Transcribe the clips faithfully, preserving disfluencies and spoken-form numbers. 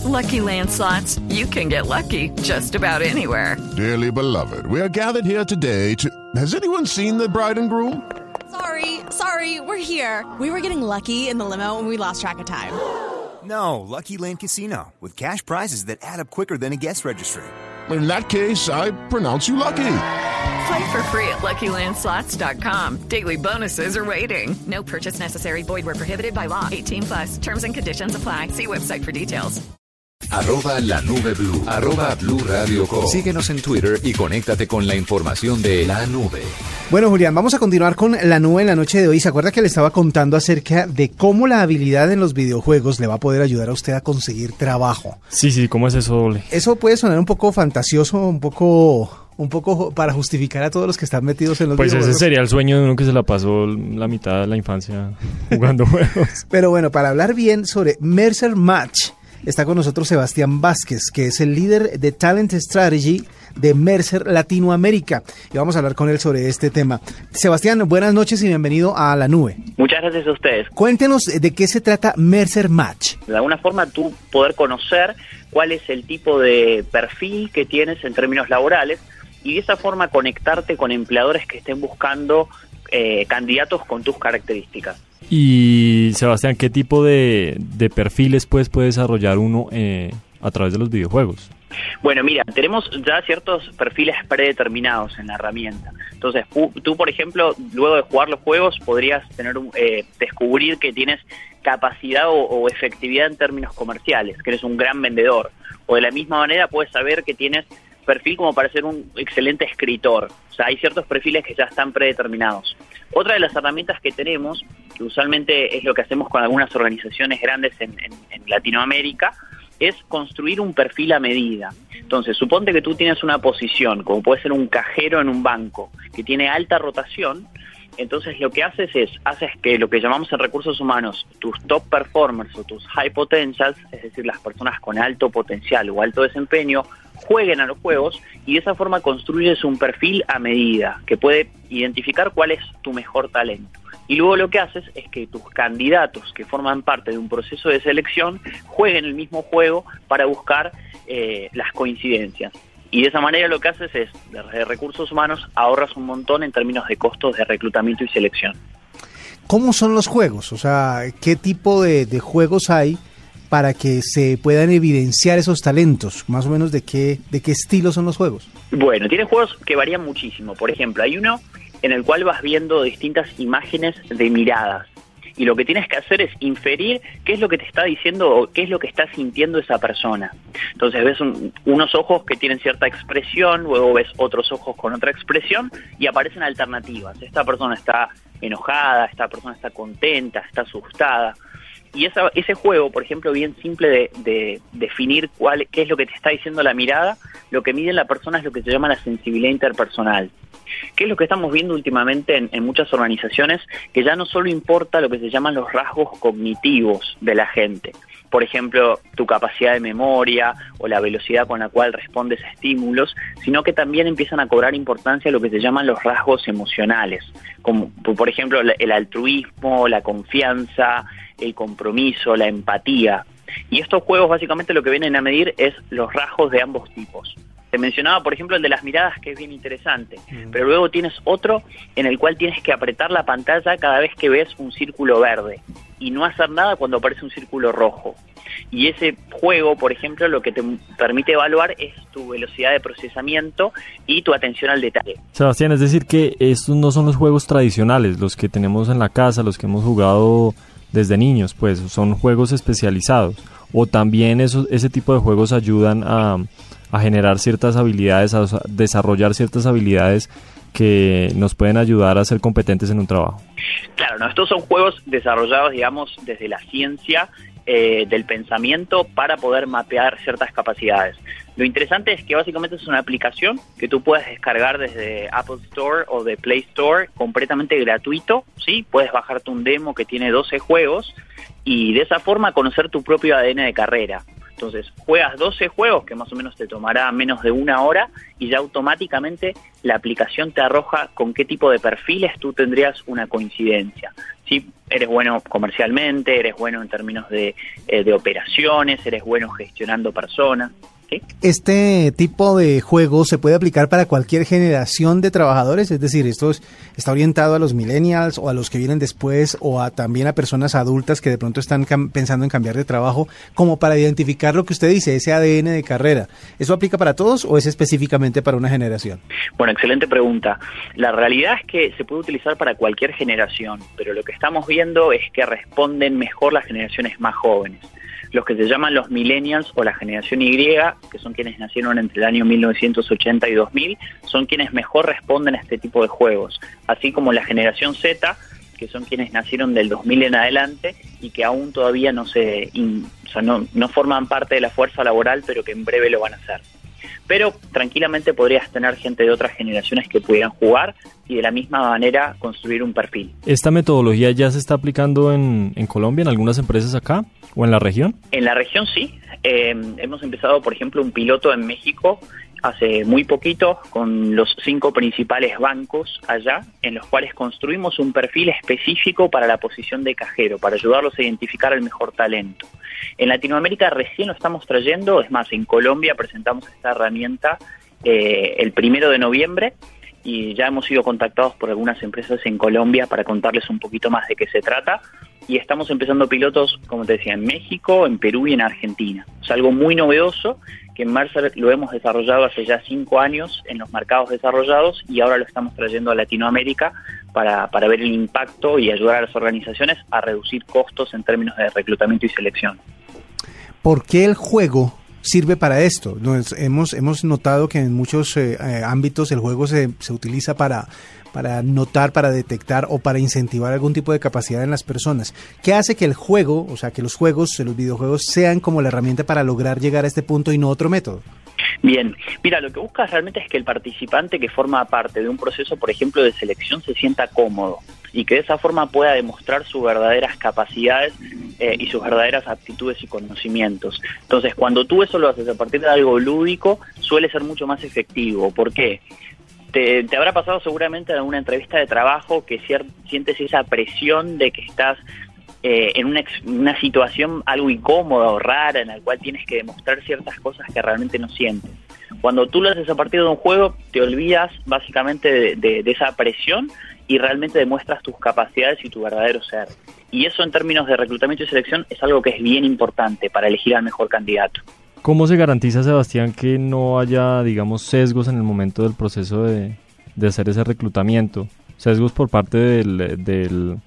Lucky Land Slots, you can get lucky just about anywhere. Dearly beloved, we are gathered here today to... Has anyone seen the bride and groom? Sorry, sorry, we're here. We were getting lucky in the limo and we lost track of time. No, Lucky Land Casino, with cash prizes that add up quicker than a guest registry. In that case, I pronounce you lucky. Play for free at Lucky Land Slots dot com. Daily bonuses are waiting. No purchase necessary. Void where prohibited by law. eighteen plus. Terms and conditions apply. See website for details. Arroba la nube blue. Arroba Blue Radio Co. Síguenos en Twitter y conéctate con la información de la nube. Bueno, Julián, vamos a continuar con la nube en la noche de hoy. ¿Se acuerda que le estaba contando acerca de cómo la habilidad en los videojuegos le va a poder ayudar a usted a conseguir trabajo? Sí, sí, ¿cómo es eso, doble? Eso puede sonar un poco fantasioso, un poco... Un poco para justificar a todos los que están metidos en los pues videojuegos. Pues ese sería el sueño de uno que se la pasó la mitad de la infancia jugando juegos. Pero bueno, para hablar bien sobre Mercer Match, está con nosotros Sebastián Vázquez, que es el líder de Talent Strategy de Mercer Latinoamérica. Y vamos a hablar con él sobre este tema. Sebastián, buenas noches y bienvenido a La Nube. Muchas gracias a ustedes. Cuéntenos de qué se trata Mercer Match. De alguna forma tú poder conocer cuál es el tipo de perfil que tienes en términos laborales y de esa forma conectarte con empleadores que estén buscando eh, candidatos con tus características. Y Sebastián, ¿qué tipo de, de perfiles pues, puede desarrollar uno eh, a través de los videojuegos? Bueno, mira, tenemos ya ciertos perfiles predeterminados en la herramienta. Entonces, tú, por ejemplo, luego de jugar los juegos, podrías tener un, eh, descubrir que tienes capacidad o, o efectividad en términos comerciales, que eres un gran vendedor. O de la misma manera puedes saber que tienes perfil como para ser un excelente escritor. O sea, hay ciertos perfiles que ya están predeterminados. Otra de las herramientas que tenemos, que usualmente es lo que hacemos con algunas organizaciones grandes en, en, en Latinoamérica, es construir un perfil a medida. Entonces, suponte que tú tienes una posición, como puede ser un cajero en un banco, que tiene alta rotación. Entonces lo que haces es, haces que lo que llamamos en recursos humanos tus top performers o tus high potentials, es decir, las personas con alto potencial o alto desempeño, jueguen a los juegos y de esa forma construyes un perfil a medida que puede identificar cuál es tu mejor talento. Y luego lo que haces es que tus candidatos que forman parte de un proceso de selección jueguen el mismo juego para buscar eh, las coincidencias. Y de esa manera lo que haces es, desde recursos humanos, ahorras un montón en términos de costos de reclutamiento y selección. ¿Cómo son los juegos? O sea, ¿qué tipo de, de juegos hay para que se puedan evidenciar esos talentos? Más o menos, ¿de qué, de qué estilo son los juegos? Bueno, tiene juegos que varían muchísimo. Por ejemplo, hay uno en el cual vas viendo distintas imágenes de miradas. Y lo que tienes que hacer es inferir qué es lo que te está diciendo o qué es lo que está sintiendo esa persona. Entonces ves un, unos ojos que tienen cierta expresión, luego ves otros ojos con otra expresión y aparecen alternativas. Esta persona está enojada, esta persona está contenta, está asustada. Y esa, ese juego, por ejemplo, bien simple de, de definir cuál, qué es lo que te está diciendo la mirada, lo que mide en la persona es lo que se llama la sensibilidad interpersonal. ¿Qué es lo que estamos viendo últimamente en, en muchas organizaciones? Que ya no solo importa lo que se llaman los rasgos cognitivos de la gente. Por ejemplo, tu capacidad de memoria o la velocidad con la cual respondes a estímulos, sino que también empiezan a cobrar importancia lo que se llaman los rasgos emocionales, como por ejemplo el altruismo, la confianza, el compromiso, la empatía. Y estos juegos básicamente lo que vienen a medir es los rasgos de ambos tipos. Te mencionaba, por ejemplo, el de las miradas, que es bien interesante, mm. pero luego tienes otro en el cual tienes que apretar la pantalla cada vez que ves un círculo verde y no hacer nada cuando aparece un círculo rojo. Y ese juego, por ejemplo, lo que te permite evaluar es tu velocidad de procesamiento y tu atención al detalle. Sebastián, es decir que estos no son los juegos tradicionales, los que tenemos en la casa, los que hemos jugado desde niños, pues son juegos especializados. O también esos, ese tipo de juegos ayudan a, a generar ciertas habilidades, a desarrollar ciertas habilidades que nos pueden ayudar a ser competentes en un trabajo. Claro, no, estos son juegos desarrollados, digamos, desde la ciencia eh, del pensamiento para poder mapear ciertas capacidades. Lo interesante es que básicamente es una aplicación que tú puedes descargar desde Apple Store o de Play Store completamente gratuito, ¿sí? Puedes bajarte un demo que tiene doce juegos y de esa forma conocer tu propio A D N de carrera. Entonces, juegas doce juegos, que más o menos te tomará menos de una hora, y ya automáticamente la aplicación te arroja con qué tipo de perfiles tú tendrías una coincidencia. Si eres bueno comercialmente, eres bueno en términos de, eh, de operaciones, eres bueno gestionando personas. ¿Sí? Este tipo de juego se puede aplicar para cualquier generación de trabajadores, es decir, esto es, está orientado a los millennials o a los que vienen después o a, también a personas adultas que de pronto están cam- pensando en cambiar de trabajo, como para identificar lo que usted dice, ese A D N de carrera. ¿Eso aplica para todos o es específicamente para una generación? Bueno, excelente pregunta. La realidad es que se puede utilizar para cualquier generación, pero lo que estamos viendo es que responden mejor las generaciones más jóvenes. Los que se llaman los millennials o la generación Y, que son quienes nacieron entre el año mil novecientos ochenta y dos mil, son quienes mejor responden a este tipo de juegos, así como la generación Z, que son quienes nacieron del dos mil en adelante y que aún todavía no se, in, o sea, no, no forman parte de la fuerza laboral, pero que en breve lo van a hacer. Pero tranquilamente podrías tener gente de otras generaciones que pudieran jugar y de la misma manera construir un perfil. ¿Esta metodología ya se está aplicando en, en Colombia, en algunas empresas acá o en la región? En la región sí. Eh, hemos empezado, por ejemplo, un piloto en México hace muy poquito con los cinco principales bancos allá, en los cuales construimos un perfil específico para la posición de cajero, para ayudarlos a identificar el mejor talento. En Latinoamérica recién lo estamos trayendo, es más, en Colombia presentamos esta herramienta eh, el primero de noviembre y ya hemos sido contactados por algunas empresas en Colombia para contarles un poquito más de qué se trata y estamos empezando pilotos, como te decía, en México, en Perú y en Argentina. Es algo muy novedoso que en Mercer lo hemos desarrollado hace ya cinco años en los mercados desarrollados y ahora lo estamos trayendo a Latinoamérica para, para ver el impacto y ayudar a las organizaciones a reducir costos en términos de reclutamiento y selección. ¿Por qué el juego sirve para esto? Nos, hemos, hemos notado que en muchos eh, eh, ámbitos el juego se, se utiliza para, para notar, para detectar o para incentivar algún tipo de capacidad en las personas. ¿Qué hace que el juego, o sea, que los juegos, los videojuegos sean como la herramienta para lograr llegar a este punto y no otro método? Bien, mira, lo que buscas realmente es que el participante que forma parte de un proceso, por ejemplo, de selección, se sienta cómodo y que de esa forma pueda demostrar sus verdaderas capacidades eh, y sus verdaderas aptitudes y conocimientos. Entonces, cuando tú eso lo haces a partir de algo lúdico, suele ser mucho más efectivo. ¿Por qué? Te, te habrá pasado seguramente en alguna entrevista de trabajo que cier- sientes esa presión de que estás eh, en una, ex- una situación algo incómoda o rara en la cual tienes que demostrar ciertas cosas que realmente no sientes. Cuando tú lo haces a partir de un juego, te olvidas básicamente de, de, de esa presión y realmente demuestras tus capacidades y tu verdadero ser. Y eso en términos de reclutamiento y selección es algo que es bien importante para elegir al mejor candidato. ¿Cómo se garantiza, Sebastián, que no haya, digamos, sesgos en el momento del proceso de, de hacer ese reclutamiento? Sesgos por parte del, del,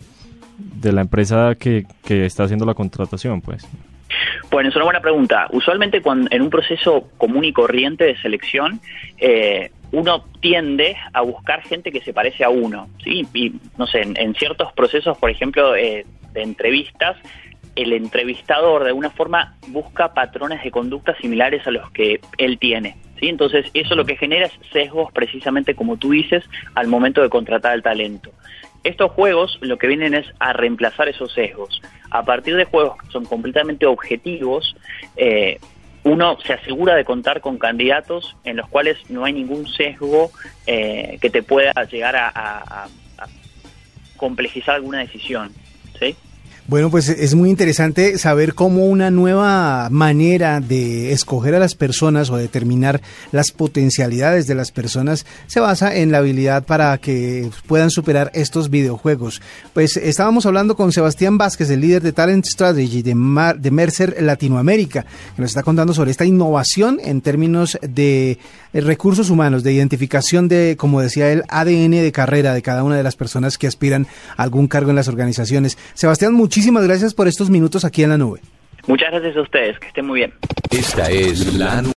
de la empresa que, que está haciendo la contratación, pues. Bueno, es una buena pregunta. Usualmente cuando, en un proceso común y corriente de selección, eh, uno tiende a buscar gente que se parece a uno, ¿sí? Y, no sé, en, en ciertos procesos, por ejemplo, eh, de entrevistas, el entrevistador de alguna forma busca patrones de conducta similares a los que él tiene, ¿sí? Entonces, eso lo que genera es sesgos, precisamente como tú dices, al momento de contratar al talento. Estos juegos lo que vienen es a reemplazar esos sesgos. A partir de juegos que son completamente objetivos, eh, uno se asegura de contar con candidatos en los cuales no hay ningún sesgo eh, que te pueda llegar a, a, a complejizar alguna decisión, ¿sí? Bueno, pues es muy interesante saber cómo una nueva manera de escoger a las personas o determinar las potencialidades de las personas se basa en la habilidad para que puedan superar estos videojuegos. Pues estábamos hablando con Sebastián Vázquez, el líder de Talent Strategy de, Mar- de Mercer Latinoamérica, que nos está contando sobre esta innovación en términos de recursos humanos, de identificación de, como decía él, A D N de carrera de cada una de las personas que aspiran a algún cargo en las organizaciones. Sebastián, muchísimas gracias por estos minutos aquí en la nube. Muchas gracias a ustedes, que estén muy bien. Esta es la